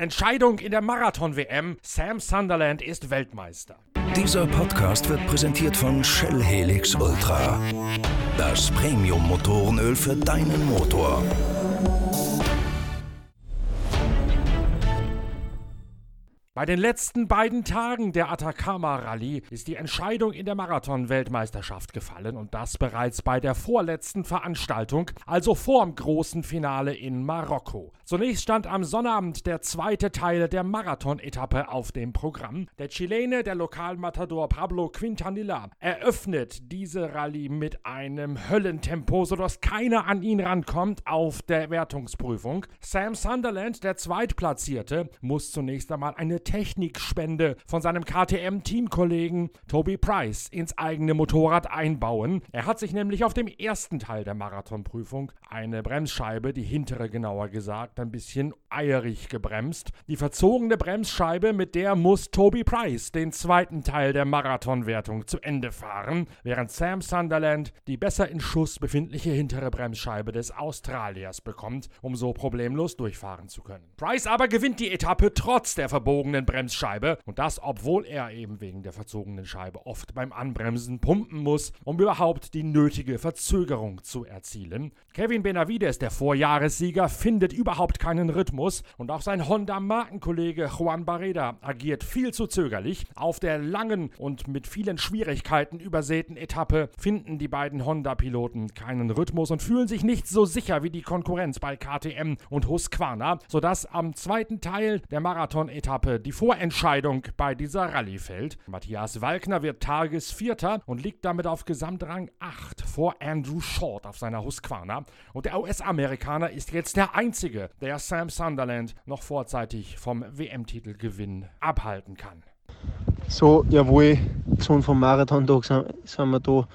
Entscheidung in der Marathon-WM. Sam Sunderland ist Weltmeister. Dieser Podcast wird präsentiert von Shell Helix Ultra. Das Premium-Motorenöl für deinen Motor. Bei den letzten beiden Tagen der Atacama-Rallye ist die Entscheidung in der Marathon-Weltmeisterschaft gefallen und das bereits bei der vorletzten Veranstaltung, also vorm großen Finale in Marokko. Zunächst stand am Sonnabend der zweite Teil der Marathon-Etappe auf dem Programm. Der Chilene, der Lokalmatador Pablo Quintanilla, eröffnet diese Rallye mit einem Höllentempo, sodass keiner an ihn rankommt auf der Wertungsprüfung. Sam Sunderland, der Zweitplatzierte, muss zunächst einmal eine Technikspende von seinem KTM-Teamkollegen Toby Price ins eigene Motorrad einbauen. Er hat sich nämlich auf dem ersten Teil der Marathonprüfung eine Bremsscheibe, die hintere genauer gesagt, ein bisschen eierig gebremst. Die verzogene Bremsscheibe, mit der muss Toby Price den zweiten Teil der Marathonwertung zu Ende fahren, während Sam Sunderland die besser in Schuss befindliche hintere Bremsscheibe des Australiers bekommt, um so problemlos durchfahren zu können. Price aber gewinnt die Etappe trotz der verbogenen Bremsscheibe und das, obwohl er eben wegen der verzogenen Scheibe oft beim Anbremsen pumpen muss, um überhaupt die nötige Verzögerung zu erzielen. Kevin Benavides, der Vorjahressieger, findet überhaupt keinen Rhythmus und auch sein Honda-Markenkollege Juan Barreda agiert viel zu zögerlich. Auf der langen und mit vielen Schwierigkeiten übersäten Etappe finden die beiden Honda-Piloten keinen Rhythmus und fühlen sich nicht so sicher wie die Konkurrenz bei KTM und Husqvarna, sodass am zweiten Teil der Marathon-Etappe die Vorentscheidung bei dieser Rallye fällt. Matthias Walkner wird Tagesvierter und liegt damit auf Gesamtrang 8 vor Andrew Short auf seiner Husqvarna. Und der US-Amerikaner ist jetzt der Einzige, der Sam Sunderland noch vorzeitig vom WM-Titelgewinn abhalten kann. So, jawohl, so vom Marathon-Tag sind wir da.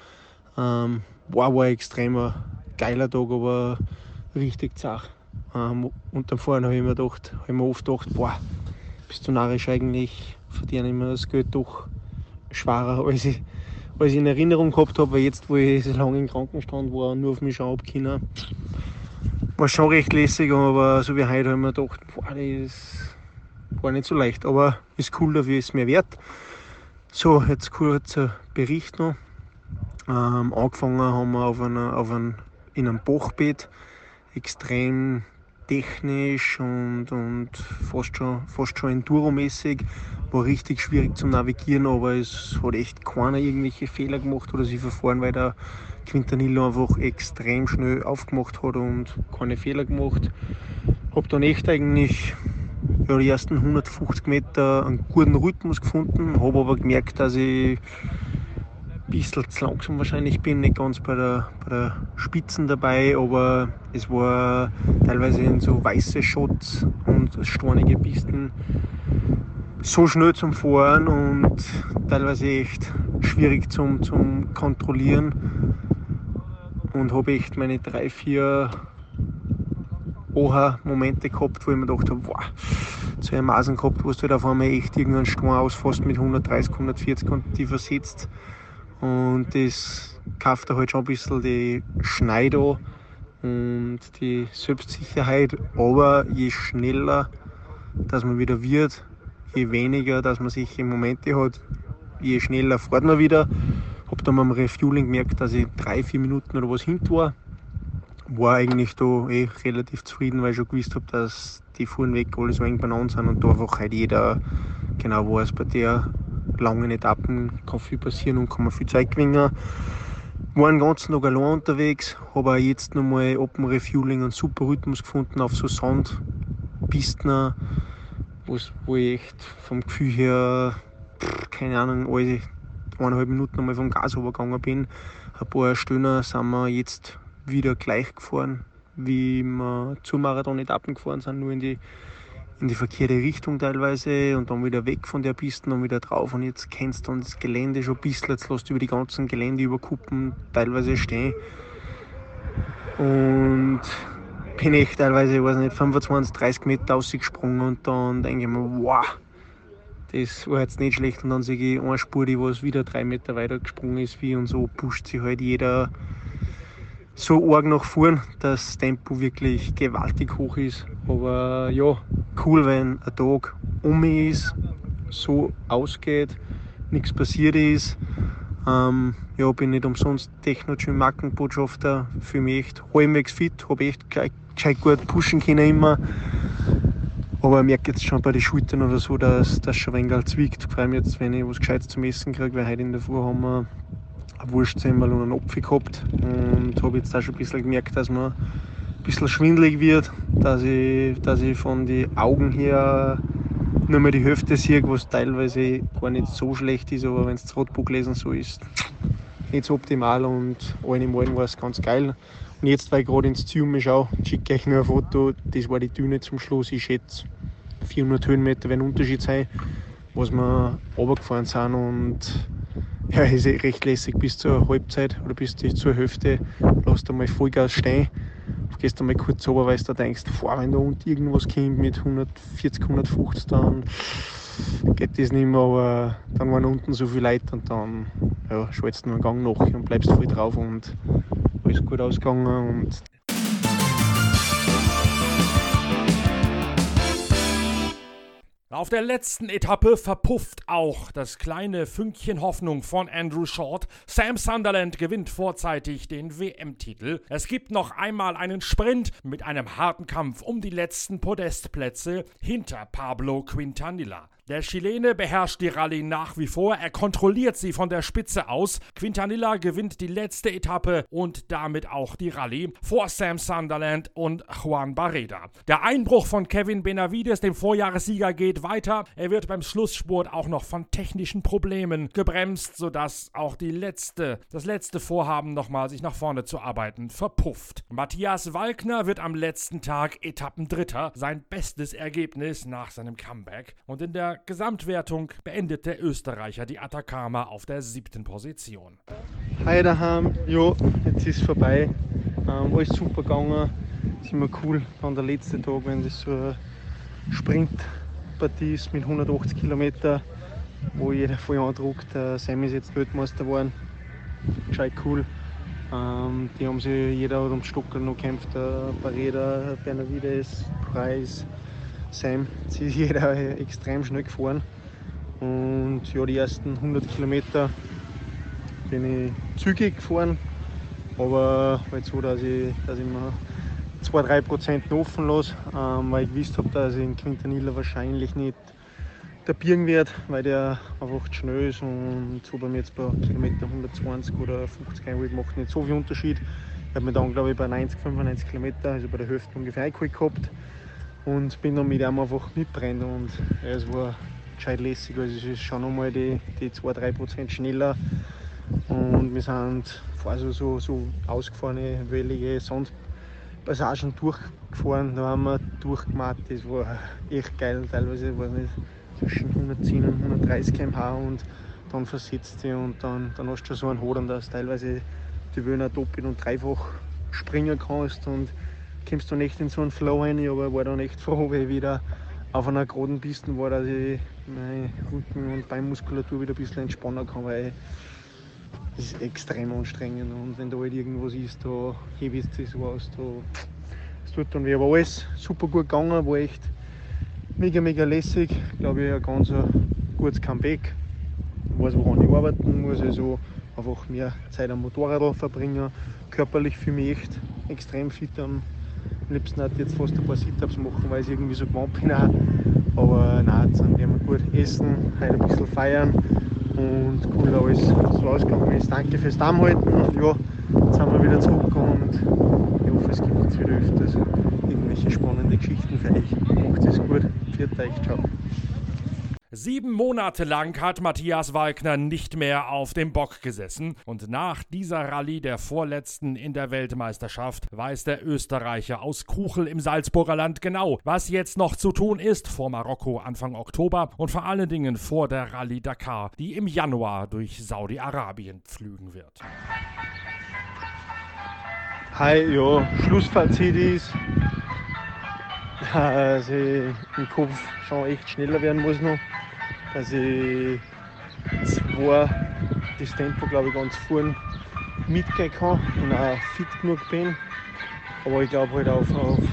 War ein extremer geiler Tag, aber richtig zart. Und davor habe ich mir oft gedacht, bist du narrisch, eigentlich verdiene ich mir das Geld doch schwerer, als ich in Erinnerung gehabt habe, weil jetzt, wo ich so lange im Krankenstand war und nur auf mich schauen habe können, war es schon recht lässig, aber so wie heute habe ich mir gedacht, das war nicht so leicht, aber ist cool, dafür ist es mir wert. So, jetzt kurzer Bericht noch. Angefangen haben wir in einem Bachbett, extrem technisch und fast schon Enduro-mäßig. War richtig schwierig zum Navigieren, aber es hat echt keiner irgendwelche Fehler gemacht oder sich verfahren, weil der Quintanilla einfach extrem schnell aufgemacht hat und keine Fehler gemacht. Hab dann echt eigentlich die ersten 150 Meter einen guten Rhythmus gefunden, habe aber gemerkt, dass ich ein bisschen zu langsam wahrscheinlich bin, nicht ganz bei der Spitzen dabei, aber es war teilweise in so weiße Shots und stornige Pisten so schnell zum Fahren und teilweise echt schwierig zum Kontrollieren und habe echt meine 3-4 Oha-Momente gehabt, wo ich mir gedacht habe, so ein Maßen gehabt, wo du halt auf einmal echt irgendeinen Sturm ausfasst mit 130, 140 und die versetzt. Und das kauft er halt schon ein bisschen die Schneide und die Selbstsicherheit. Aber je schneller, dass man wieder wird, je weniger, dass man sich im Momente hat, je schneller fährt man wieder. Hab dann beim Refueling gemerkt, dass ich 3-4 Minuten oder was hinten war. War eigentlich da relativ zufrieden, weil ich schon gewusst habe, dass die Fuhren weg alle so eng beieinander sind und da einfach halt jeder genau weiß, bei der langen Etappen kann viel passieren und kann man viel Zeit gewinnen. War den ganzen Tag allein unterwegs, habe auch jetzt nochmal ab dem Refueling einen super Rhythmus gefunden auf so Sandpisten, wo ich echt vom Gefühl her, keine Ahnung, alle 1,5 Minuten einmal vom Gas runtergegangen bin. Ein paar Stöhner sind wir jetzt wieder gleich gefahren, wie wir zur Marathon-Etappen gefahren sind, nur in die verkehrte Richtung teilweise und dann wieder weg von der Piste und wieder drauf und jetzt kennst du dann das Gelände schon ein bisschen, jetzt lässt du über die ganzen Gelände überkuppen, teilweise stehen und bin echt teilweise, ich weiß nicht, 25, 30 Meter rausgesprungen und dann denke ich mir, wow, das war jetzt nicht schlecht und dann sehe ich eine Spur, die was wieder 3 Meter weiter gesprungen ist wie und so pusht sich halt jeder so arg nach vorn, dass das Tempo wirklich gewaltig hoch ist. Aber ja, cool, wenn ein Tag um mich ist, so ausgeht, nichts passiert ist. Ja, bin nicht umsonst Techno-Gym-Markenbotschafter, fühle mich echt halbwegs fit, habe echt gescheit gut pushen können immer. Aber ich merke jetzt schon bei den Schultern oder so, dass das schon ein wenig zwickt. Ich freue mich jetzt, wenn ich was Gescheites zum Essen kriege, weil heute in der Früh haben wir ein Wurstsemmel und einen Apfel gehabt. Und habe jetzt auch schon ein bisschen gemerkt, dass mir ein bisschen schwindelig wird, dass ich von den Augen her nur mehr die Hälfte sehe, was teilweise gar nicht so schlecht ist, aber wenn es das Rotbuch lesen so ist, nicht so optimal und allen im Allen war es ganz geil. Und jetzt, weil ich gerade ins Ziel schaue, schicke ich euch nur ein Foto, das war die Düne zum Schluss, ich schätze 400 Höhenmeter werden Unterschied sein, was wir runtergefahren sind und ja, ist recht lässig bis zur Halbzeit oder bis zur Hälfte, lässt du mal Vollgas stehen. Gehst du mal kurz runter, weil du denkst, wenn da unten irgendwas kommt mit 140, 150, dann geht das nicht mehr, aber dann waren unten so viele Leute und dann ja, schaltest du noch einen Gang nach und bleibst voll drauf und alles gut ausgegangen. Und auf der letzten Etappe verpufft auch das kleine Fünkchen Hoffnung von Andrew Short. Sam Sunderland gewinnt vorzeitig den WM-Titel. Es gibt noch einmal einen Sprint mit einem harten Kampf um die letzten Podestplätze hinter Pablo Quintanilla. Der Chilene beherrscht die Rallye nach wie vor, er kontrolliert sie von der Spitze aus. Quintanilla gewinnt die letzte Etappe und damit auch die Rallye vor Sam Sunderland und Juan Barreda. Der Einbruch von Kevin Benavides, dem Vorjahressieger, geht weiter. Er wird beim Schlussspurt auch noch von technischen Problemen gebremst, sodass auch das letzte Vorhaben, nochmal sich nach vorne zu arbeiten, verpufft. Matthias Walkner wird am letzten Tag Etappendritter, sein bestes Ergebnis nach seinem Comeback. Und in der Gesamtwertung beendet der Österreicher die Atacama auf der 7. Position. Hi daheim, ja, jetzt ist es vorbei. Alles super gegangen, ist immer cool. Dann der letzte Tag, wenn das so eine Sprintpartie ist mit 180 Kilometer, wo jeder voll andruckt. Sam ist jetzt Weltmeister geworden, gescheit cool. Die haben sich jeder ums Stockerl noch gekämpft, Barreda, Benavides, Preis. Sam, sie ist jeder extrem schnell gefahren und ja, die ersten 100 Kilometer bin ich zügig gefahren, aber halt so, dass ich mir 2-3% offen lasse, weil ich gewusst habe, dass ich in Quintanilla wahrscheinlich nicht tapieren werde, weil der einfach schnell ist und so bei mir jetzt bei Kilometer 120 oder 50 einholt, macht nicht so viel Unterschied. Ich habe mir dann, glaube ich, bei 90-95 Kilometer, also bei der Hälfte ungefähr eingeholt gehabt. Und bin dann mit ihm einfach mitbrennt und ja, es war gescheit lässig. Also es ist schon einmal die 2-3% schneller und wir sind so ausgefahrene, wellige Sandpassagen durchgefahren. Da haben wir durchgemacht, das war echt geil. Teilweise war es nicht zwischen 110 und 130 km/h und dann versetzt sie und dann hast du schon so einen Hodern, dass teilweise die Wöhner doppelt und dreifach springen kannst und kommst du nicht in so einen Flow rein, aber ich war dann echt froh, weil ich wieder auf einer geraden Piste war, dass ich meine Rücken- und Beinmuskulatur wieder ein bisschen entspannen kann, weil es ist extrem anstrengend und wenn da halt irgendwas ist, da hebst du so aus, das tut dann weh. Aber alles super gut gegangen, war echt mega lässig, glaube ich, ein ganz gutes Comeback. Ich weiß, woran ich arbeiten muss, also einfach mehr Zeit am Motorrad verbringen. Körperlich fühle ich mich echt extrem fit. Am liebsten hätte ich jetzt fast ein paar Sit-Ups machen, weil ich irgendwie so gewohnt bin. Aber nein, jetzt sind wir gut essen, heute ein bisschen feiern und cool alles so ausgegangen ist. Danke fürs Dammhalten und ja, jetzt sind wir wieder zurück und ich hoffe, es gibt jetzt wieder öfters irgendwelche spannende Geschichten für euch. Macht es gut, pfiat euch, ciao. 7 Monate lang hat Matthias Walkner nicht mehr auf dem Bock gesessen und nach dieser Rallye, der vorletzten in der Weltmeisterschaft, weiß der Österreicher aus Kuchel im Salzburger Land genau, was jetzt noch zu tun ist vor Marokko Anfang Oktober und vor allen Dingen vor der Rallye Dakar, die im Januar durch Saudi-Arabien pflügen wird. Hi, ja, Schlussfazit ist, dass ich im Kopf schon echt schneller werden muss noch. Dass ich zwar das Tempo, glaube ich, ganz vorn mitgehen kann und auch fit genug bin. Aber ich glaube halt auf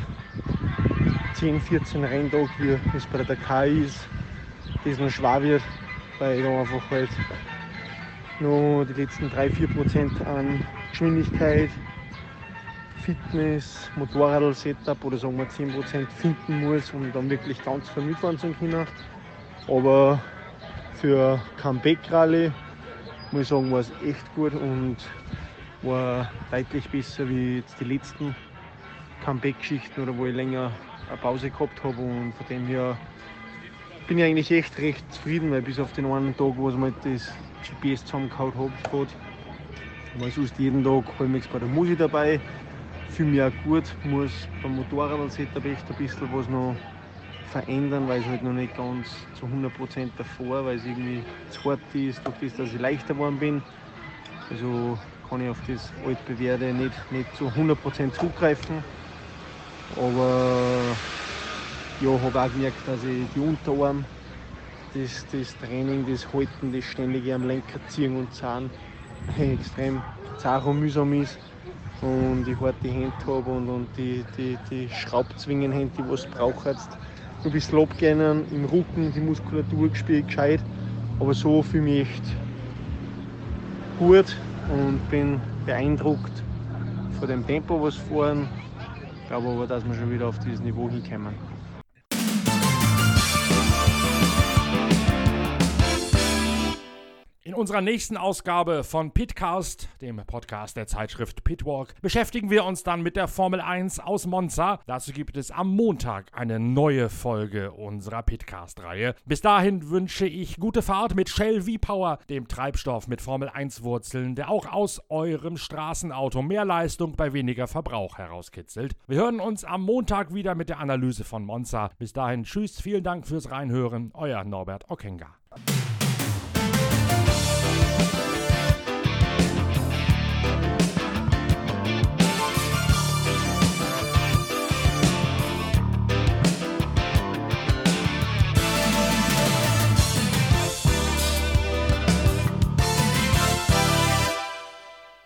10, 14 Renntage, wie es bei der Dakar ist, das noch schwer wird, weil ich da einfach halt noch die letzten 3-4% an Geschwindigkeit, Fitness, Motorrad-Setup oder sagen wir 10% finden muss, um dann wirklich ganz viel mitfahren zu können. Aber für Comeback-Rallye muss ich sagen, war es echt gut und war deutlich besser wie jetzt die letzten Comeback-Geschichten oder wo ich länger eine Pause gehabt habe, und von dem her bin ich eigentlich echt recht zufrieden, weil bis auf den einen Tag, wo ich mal das GPS zusammengehauen habe, war sonst jeden Tag halbwegs bei der Musik dabei, fühle mich auch gut, muss beim Motorrad-Setup echt ein bisschen was noch verändern, weil es halt noch nicht ganz zu 100% davor, weil es irgendwie zu hart ist, durch das, dass ich leichter geworden bin. Also kann ich auf das altbewährte nicht zu 100% zugreifen. Aber ja, habe auch gemerkt, dass ich die Unterarme, das Training, das Halten, das ständige am Lenker ziehen und zahlen extrem zart und mühsam ist. Und ich harte Hände habe und die Schraubzwingenhände, die was braucht jetzt. Ein bisschen abgehen im Rücken, die Muskulatur gespielt, gescheit. Aber so fühle ich mich echt gut und bin beeindruckt von dem Tempo, was fahren. Ich glaube aber, dass wir schon wieder auf dieses Niveau hinkommen. In unserer nächsten Ausgabe von Pitcast, dem Podcast der Zeitschrift Pitwalk, beschäftigen wir uns dann mit der Formel 1 aus Monza. Dazu gibt es am Montag eine neue Folge unserer Pitcast-Reihe. Bis dahin wünsche ich gute Fahrt mit Shell V-Power, dem Treibstoff mit Formel 1-Wurzeln, der auch aus eurem Straßenauto mehr Leistung bei weniger Verbrauch herauskitzelt. Wir hören uns am Montag wieder mit der Analyse von Monza. Bis dahin, tschüss, vielen Dank fürs Reinhören, euer Norbert Ockenga.